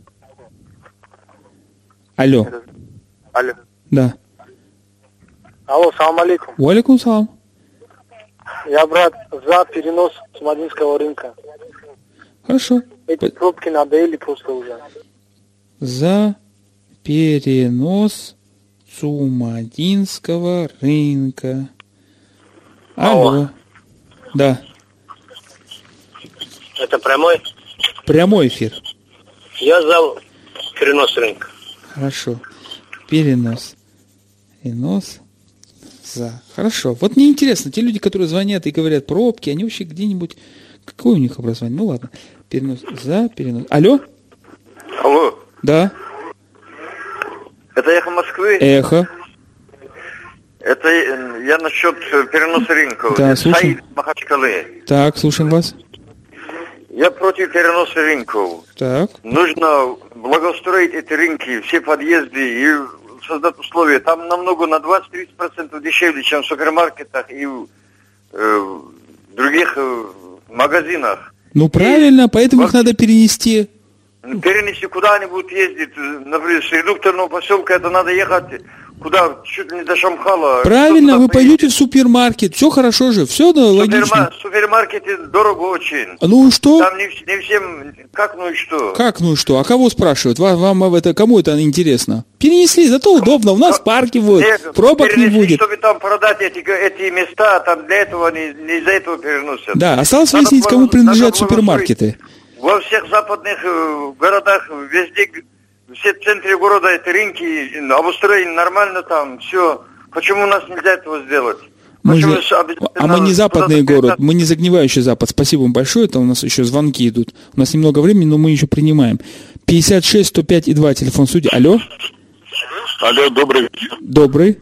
Speaker 2: Алло.
Speaker 18: Алло.
Speaker 2: Да.
Speaker 18: Алло, салам алейкум.
Speaker 2: Валикум салам.
Speaker 18: Я, брат, за перенос с Мадинского рынка.
Speaker 2: Хорошо.
Speaker 18: Эти пробки надоели просто уже.
Speaker 2: За перенос Цумадинского рынка. Алло. Алло. Да.
Speaker 18: Это прямой?
Speaker 2: Прямой эфир.
Speaker 18: Я за перенос рынка.
Speaker 2: Хорошо. Перенос. Перенос. За. Хорошо. Вот мне интересно, те люди, которые звонят и говорят пробки, они вообще где-нибудь... Какое у них образование? Ну ладно. Перенос. За. Перенос. Алло?
Speaker 7: Алло.
Speaker 2: Да.
Speaker 7: Это эхо Москвы?
Speaker 2: Эхо.
Speaker 7: Это я насчет переноса рынка.
Speaker 2: Да,
Speaker 7: Это
Speaker 2: слушаем.
Speaker 7: Саид Махачкалы.
Speaker 2: Так, слушаем вас.
Speaker 7: Я против переноса рынков.
Speaker 2: Так.
Speaker 7: Нужно благоустроить эти рынки, все подъезды и создать условия. Там намного на двадцать-тридцать процентов дешевле, чем в супермаркетах и в, э, в других э, магазинах.
Speaker 2: Ну правильно, поэтому их надо перенести.
Speaker 7: Перенести куда-нибудь ездить, например, с редукторного поселка, это надо ехать куда, чуть ли не до Шамхала.
Speaker 2: Правильно, вы пойдете в супермаркет, все хорошо же, все да, логично.
Speaker 7: Суперма- в супермаркете дорого очень.
Speaker 2: Ну и что?
Speaker 7: Там не, не всем, как ну и что?
Speaker 2: Как ну и что? А кого спрашивают? Вам, вам это, кому это интересно? Перенесли, зато удобно, у нас парки будут,
Speaker 7: Нет,
Speaker 2: пробок не
Speaker 7: перенесли,
Speaker 2: будет.
Speaker 7: чтобы там продать эти, эти места, там для этого не, не из-за этого переносят.
Speaker 2: Да, осталось
Speaker 7: Надо
Speaker 2: выяснить, кому
Speaker 7: было-
Speaker 2: принадлежат
Speaker 7: надо было
Speaker 2: супермаркеты.
Speaker 7: Во всех западных э, городах, везде, все в центре города, это рынки, обустроены нормально там, все. Почему у нас нельзя этого сделать?
Speaker 2: Мы
Speaker 7: Почему
Speaker 2: же-
Speaker 7: обязательно
Speaker 2: А мы не западный
Speaker 7: куда-то
Speaker 2: город, мы не загнивающий Запад. Спасибо вам большое, это у нас еще звонки идут. У нас немного времени, но мы еще принимаем. пятьдесят шесть сто пять и два, телефон судьи. Алло?
Speaker 19: Алло, добрый вечер.
Speaker 2: Добрый.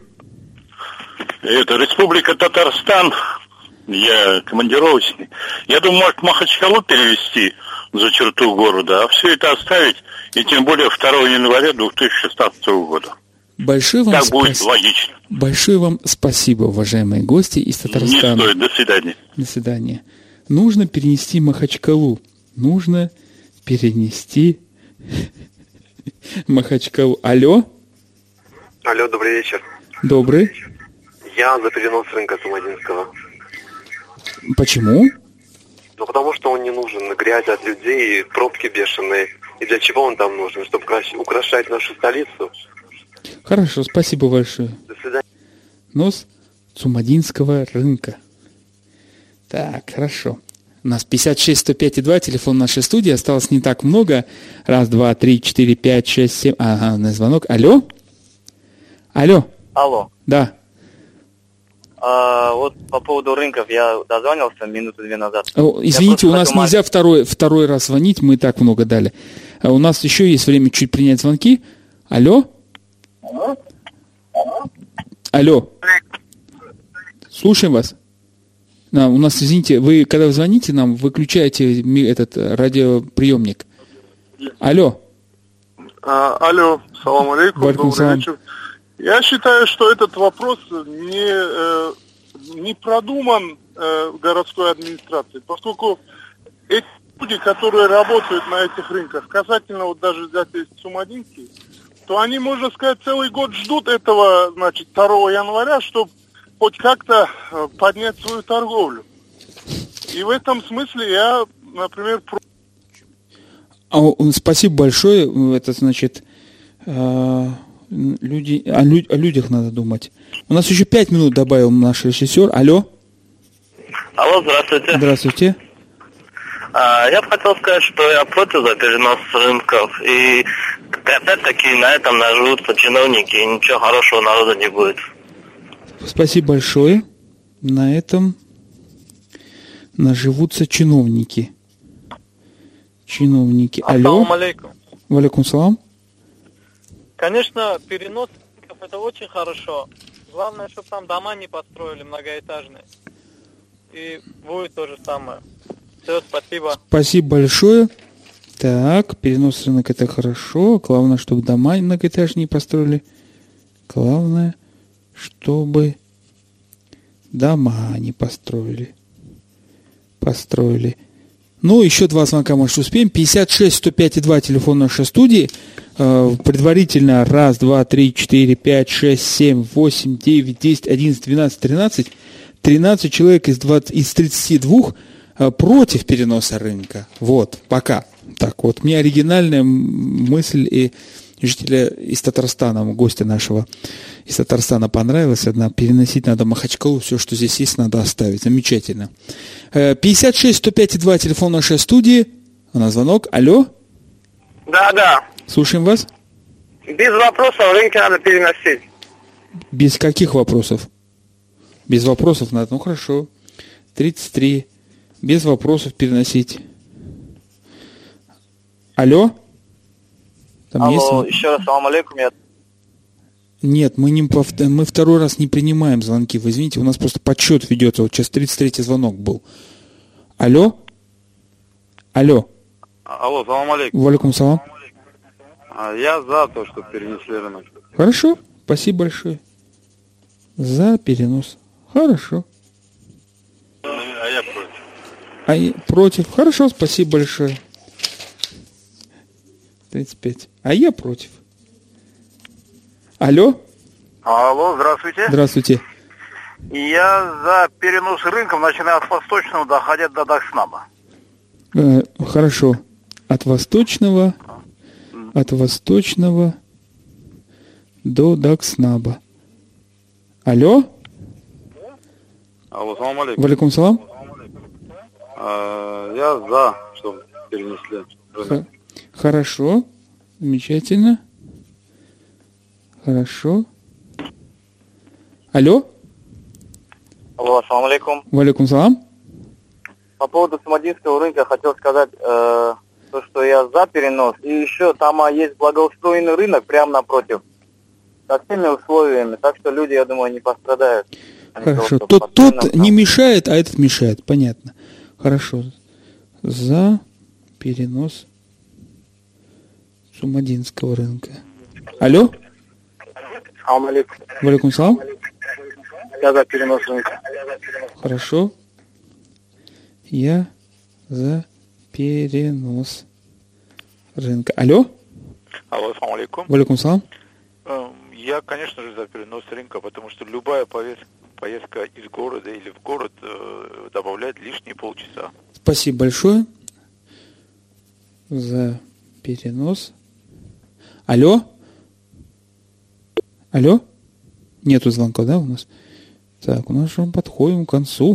Speaker 19: Это Республика Татарстан. Я командировочный. Я думаю, может, Махачкалу перевести за черту города, а все это оставить, и тем более второго января две тысячи шестнадцатого года.
Speaker 2: Большое вам
Speaker 19: Так будет
Speaker 2: спас-
Speaker 19: логично.
Speaker 2: Большое вам спасибо, уважаемые гости из Татарстана.
Speaker 19: Не стоит. До свидания.
Speaker 2: До свидания. Нужно перенести Махачкалу. Нужно перенести Махачкалу. Алло?
Speaker 20: Алло, добрый вечер.
Speaker 2: Добрый.
Speaker 20: Я за перенос рынка Цумадинского.
Speaker 2: Почему?
Speaker 20: Ну, потому что он не нужен. Грязь от людей, пробки бешеные. И для чего он там нужен? Чтобы украш- украшать нашу столицу?
Speaker 2: Хорошо, спасибо большое.
Speaker 20: До свидания.
Speaker 2: Нос Цумадинского рынка. Так, хорошо. У нас пятьдесят шесть сто пять и два, телефон нашей студии. Осталось не так много. Раз, два, три, четыре, пять, шесть, семь. Ага, на звонок. Алло? Алло?
Speaker 14: Алло.
Speaker 2: Да.
Speaker 14: А, вот по поводу рынков я дозвонился минуты две назад.
Speaker 2: О, извините, у нас
Speaker 14: думаю...
Speaker 2: нельзя второй, второй раз звонить, мы и так много дали. А у нас еще есть время чуть принять звонки. Алло? Алло? Слушаем вас. А, у нас, извините, вы когда вы звоните нам, выключаете этот радиоприемник. Алло?
Speaker 21: А, алло, салам алейкум,
Speaker 2: Валикум
Speaker 21: добрый
Speaker 2: салам.
Speaker 21: вечер. Я считаю, что этот вопрос не, э, не продуман э, городской администрацией, поскольку эти люди, которые работают на этих рынках, касательно вот даже взять из Цумадинский, то они, можно сказать, целый год ждут этого, значит, второго января, чтобы хоть как-то э, поднять свою торговлю. И в этом смысле я, например, про...
Speaker 2: А, спасибо большое. Это значит... Э... Люди, о, лю, о людях надо думать. У нас еще пять минут добавил наш режиссер. Алло.
Speaker 22: Алло, здравствуйте.
Speaker 2: Здравствуйте.
Speaker 22: А, я бы хотел сказать, что я против за перенос рынков. И опять-таки на этом наживутся чиновники, и ничего хорошего народа не будет.
Speaker 2: Спасибо большое. На этом наживутся чиновники. Чиновники. Алло.
Speaker 23: Ассаламу алейкум.
Speaker 2: Валикум салам.
Speaker 23: Конечно, перенос это очень хорошо. Главное, чтобы там дома не построили многоэтажные. И будет то же самое. Все, спасибо.
Speaker 2: Спасибо большое. Так, перенос рынок это хорошо. Главное, чтобы дома многоэтажные построили. Главное, чтобы дома не построили. Построили. Ну, еще два звонка, может, успеем. пятьдесят шесть сто пять и два, телефон нашей студии. Э, предварительно раз, два, три, четыре, пять, шесть, семь, восемь, девять, десять, одиннадцать, двенадцать, тринадцать. тринадцать человек из, двадцати, из тридцати двух э, против переноса рынка. Вот, пока. Так вот, мне оригинальная мысль и жителя из Татарстана, гостя нашего из Татарстана понравилась одна. Переносить надо Махачкалу, все, что здесь есть, надо оставить. Замечательно. пятьдесят шесть сто пять и два, телефон нашей студии. У нас звонок. Алло?
Speaker 9: Да, да.
Speaker 2: Слушаем вас.
Speaker 9: Без вопросов рынки надо переносить.
Speaker 2: Без каких вопросов? Без вопросов надо. Ну, хорошо. тридцать три. Без вопросов переносить. Алло? Там
Speaker 14: Алло,
Speaker 2: есть...
Speaker 14: еще раз, салам алейкум. Я...
Speaker 2: Нет, мы, не повт... мы второй раз не принимаем звонки. Вы извините, у нас просто подсчет ведется. Вот сейчас тридцать третий звонок был. Алло? Алло?
Speaker 24: Алло, салам алейкум.
Speaker 2: Валикум салам.
Speaker 24: Я за то, что перенесли рынок.
Speaker 2: Хорошо, спасибо большое. За перенос. Хорошо.
Speaker 24: А я против.
Speaker 2: А я против. Хорошо, спасибо большое. тридцать пять. А я против. Алло?
Speaker 25: Алло, здравствуйте.
Speaker 2: Здравствуйте.
Speaker 25: Я за перенос рынков, начиная от Восточного, доходя до Дакснаба.
Speaker 2: Э, хорошо. От Восточного, от Восточного до Дакснаба. Алло?
Speaker 24: Алло, салам алейкум.
Speaker 2: Валикум салам.
Speaker 24: А, я за, чтобы перенесли рынок.
Speaker 2: Хорошо. Замечательно. Хорошо. Алло?
Speaker 14: Алло, ассаламу алейкум.
Speaker 2: Валикум салам.
Speaker 14: По поводу Цумадинского рынка хотел сказать, э, то, что я за перенос. И еще там а, есть благоустроенный рынок прямо напротив. Со всеми условиями. Так что люди, я думаю, не пострадают.
Speaker 2: Хорошо. Тот, тот не мешает, а этот мешает. Понятно. Хорошо. За перенос Цумадинского рынка. Алло?
Speaker 25: Салам алейкум.
Speaker 2: Валикум салам.
Speaker 25: Я за перенос рынка.
Speaker 2: Хорошо. Я за перенос рынка. Алло?
Speaker 26: Алло, салам алейкум.
Speaker 2: Валикум салам.
Speaker 26: Я, конечно же, за перенос рынка, потому что любая поездка, поездка из города или в город э, добавляет лишние полчаса.
Speaker 2: Спасибо большое за перенос. Алло? Алло? Нету звонка, да, у нас? Так, у нас же подходим к концу.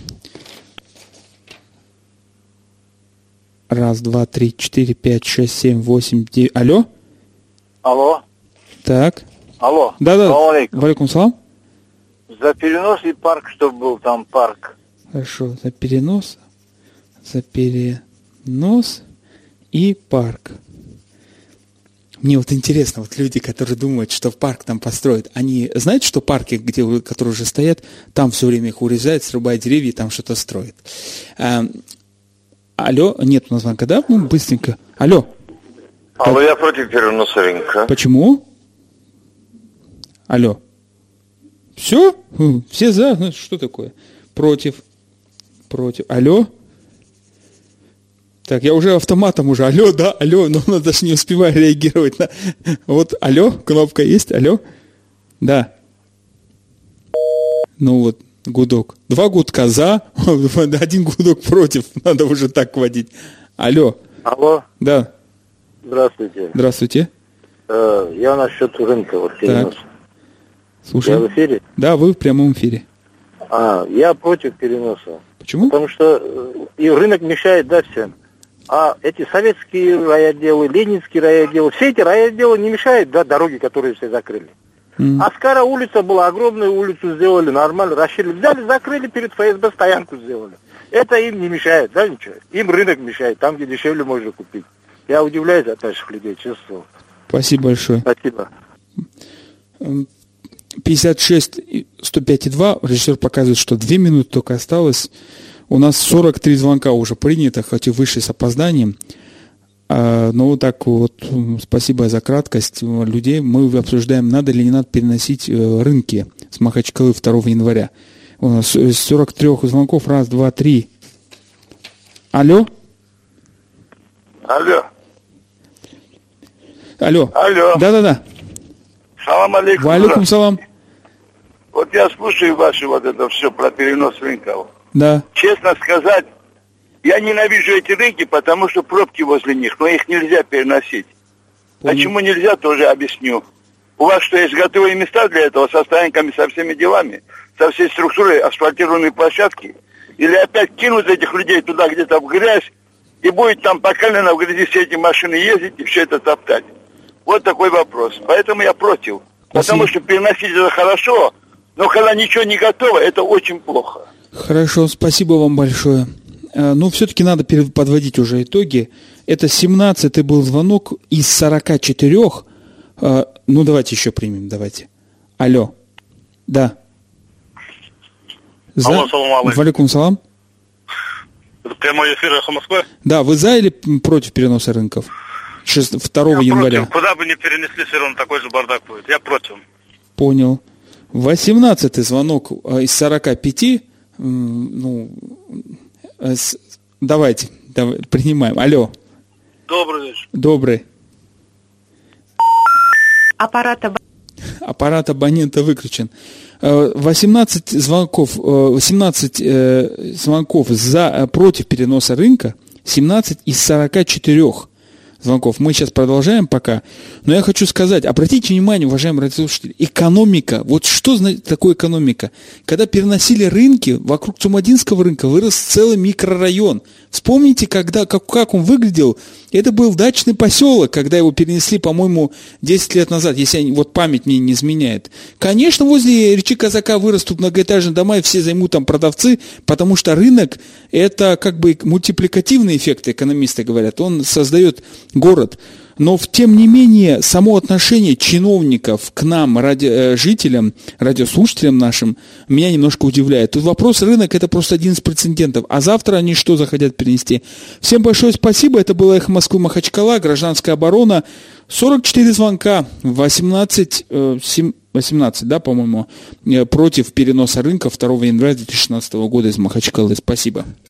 Speaker 2: Раз, два, три, четыре, пять, шесть, семь, восемь, девять. Алло?
Speaker 25: Алло.
Speaker 2: Так.
Speaker 25: Алло.
Speaker 2: Да-да.
Speaker 25: Салам алейкум.
Speaker 2: Валейкум салам.
Speaker 25: За перенос и парк, чтобы был там парк.
Speaker 2: Хорошо, за перенос, за перенос и парк. Мне вот интересно, вот люди, которые думают, что парк там построят, они знают, что парки, где, которые уже стоят, там все время их урезают, срубают деревья и там что-то строят. А, алло, нет у нас звонка, да? Ну, быстренько. Алло.
Speaker 1: Алло, я против переноса рынка.
Speaker 2: Почему? Алло. Все? Все за? Ну, что такое? Против. Против. Алло? Так, я уже автоматом уже. Алло, да, алло, но она даже не успевает реагировать на... Вот, алло, кнопка есть, алло? Да. Ну вот, гудок. Два гудка за, один гудок против. Надо уже так водить. Алло.
Speaker 25: Алло.
Speaker 2: Да.
Speaker 25: Здравствуйте.
Speaker 2: Здравствуйте.
Speaker 25: Э, я насчет рынка, вот переноса.
Speaker 2: Слушай.
Speaker 25: Я в эфире?
Speaker 2: Да, вы в прямом эфире.
Speaker 25: А, я против переноса.
Speaker 2: Почему?
Speaker 25: Потому что э, и рынок мешает, да, всем. А эти советские райотделы, ленинские райотделы, все эти райотделы не мешают, да, дороги, которые все закрыли. Mm. Аскара улица была, огромную улицу сделали, нормально, расширили. Взяли, закрыли, перед ФСБ стоянку сделали. Это им не мешает, да, ничего. Им рынок мешает, там, где дешевле можно купить. Я удивляюсь от наших людей, честно слово.
Speaker 2: Спасибо большое.
Speaker 25: Спасибо.
Speaker 2: пятьдесят шесть сто пять и два, режиссер показывает, что две минуты только осталось. У нас сорок три звонка уже принято, хоть и выше с опозданием. А, но вот так вот, спасибо за краткость людей. Мы обсуждаем, надо или не надо переносить э, рынки с Махачкалы второго января. У нас сорок три звонков, раз, два, три. Алло?
Speaker 1: Алло.
Speaker 2: Алло.
Speaker 1: Алло.
Speaker 2: Да-да-да.
Speaker 1: Салам алейкум.
Speaker 2: Валейкум салам.
Speaker 1: Вот я слушаю ваши вот это все про перенос рынков.
Speaker 2: Да.
Speaker 1: Честно сказать, я ненавижу эти рынки, потому что пробки возле них, но их нельзя переносить.
Speaker 2: Понял.
Speaker 1: Почему нельзя, тоже объясню. У вас что, есть готовые места для этого со стоянками, со всеми делами, со всей структурой асфальтированной площадки? Или опять кинуть этих людей туда где-то в грязь, и будет там по колено в грязи все эти машины ездить и все это топтать? Вот такой вопрос. Поэтому я против. Спасибо. Потому что переносить это хорошо, но когда ничего не готово, это очень плохо.
Speaker 2: Хорошо, спасибо вам большое. Но все-таки надо подводить уже итоги. Это семнадцатый был звонок из сорока четырёх. Ну, давайте еще примем, давайте. Алло. Да. За...
Speaker 4: Алло, салам алейкум.
Speaker 2: Валейкум салам.
Speaker 4: Это прямой эфир «Эхо Москвы».
Speaker 2: Да, вы за или против переноса рынков? второго января.
Speaker 4: Против. Куда бы ни перенесли, все равно такой же бардак будет. Я против.
Speaker 2: Понял. восемнадцатый звонок из сорока пяти. Ну, с... давайте, давай, принимаем. Алло.
Speaker 4: Добрый вечер.
Speaker 2: Добрый.
Speaker 12: Аппарат, аб...
Speaker 2: Аппарат абонента выключен. восемнадцать звонков, восемнадцать звонков за, против переноса рынка, семнадцать из сорока четырёх звонков. Мы сейчас продолжаем пока. Но я хочу сказать, обратите внимание, уважаемые радиослушатели, экономика. Вот что такое экономика? Когда переносили рынки, вокруг Цумадинского рынка вырос целый микрорайон. Вспомните, когда, как, как он выглядел. Это был дачный поселок, когда его перенесли, по-моему, десять лет назад, если я, вот память мне не изменяет. Конечно, возле речи Казака вырастут многоэтажные дома, и все займут там продавцы, потому что рынок – это как бы мультипликативный эффект, экономисты говорят. Он создает город. Но, тем не менее, само отношение чиновников к нам, ради, жителям, радиослушателям нашим, меня немножко удивляет. Тут вопрос рынок – это просто один из прецедентов. А завтра они что захотят перенести? Всем большое спасибо. Это было «Эхо Москвы» Махачкала, гражданская оборона. сорок четыре звонка, восемнадцать, восемнадцать, да, по-моему, против переноса рынка второго января две тысячи шестнадцатого года из Махачкалы. Спасибо.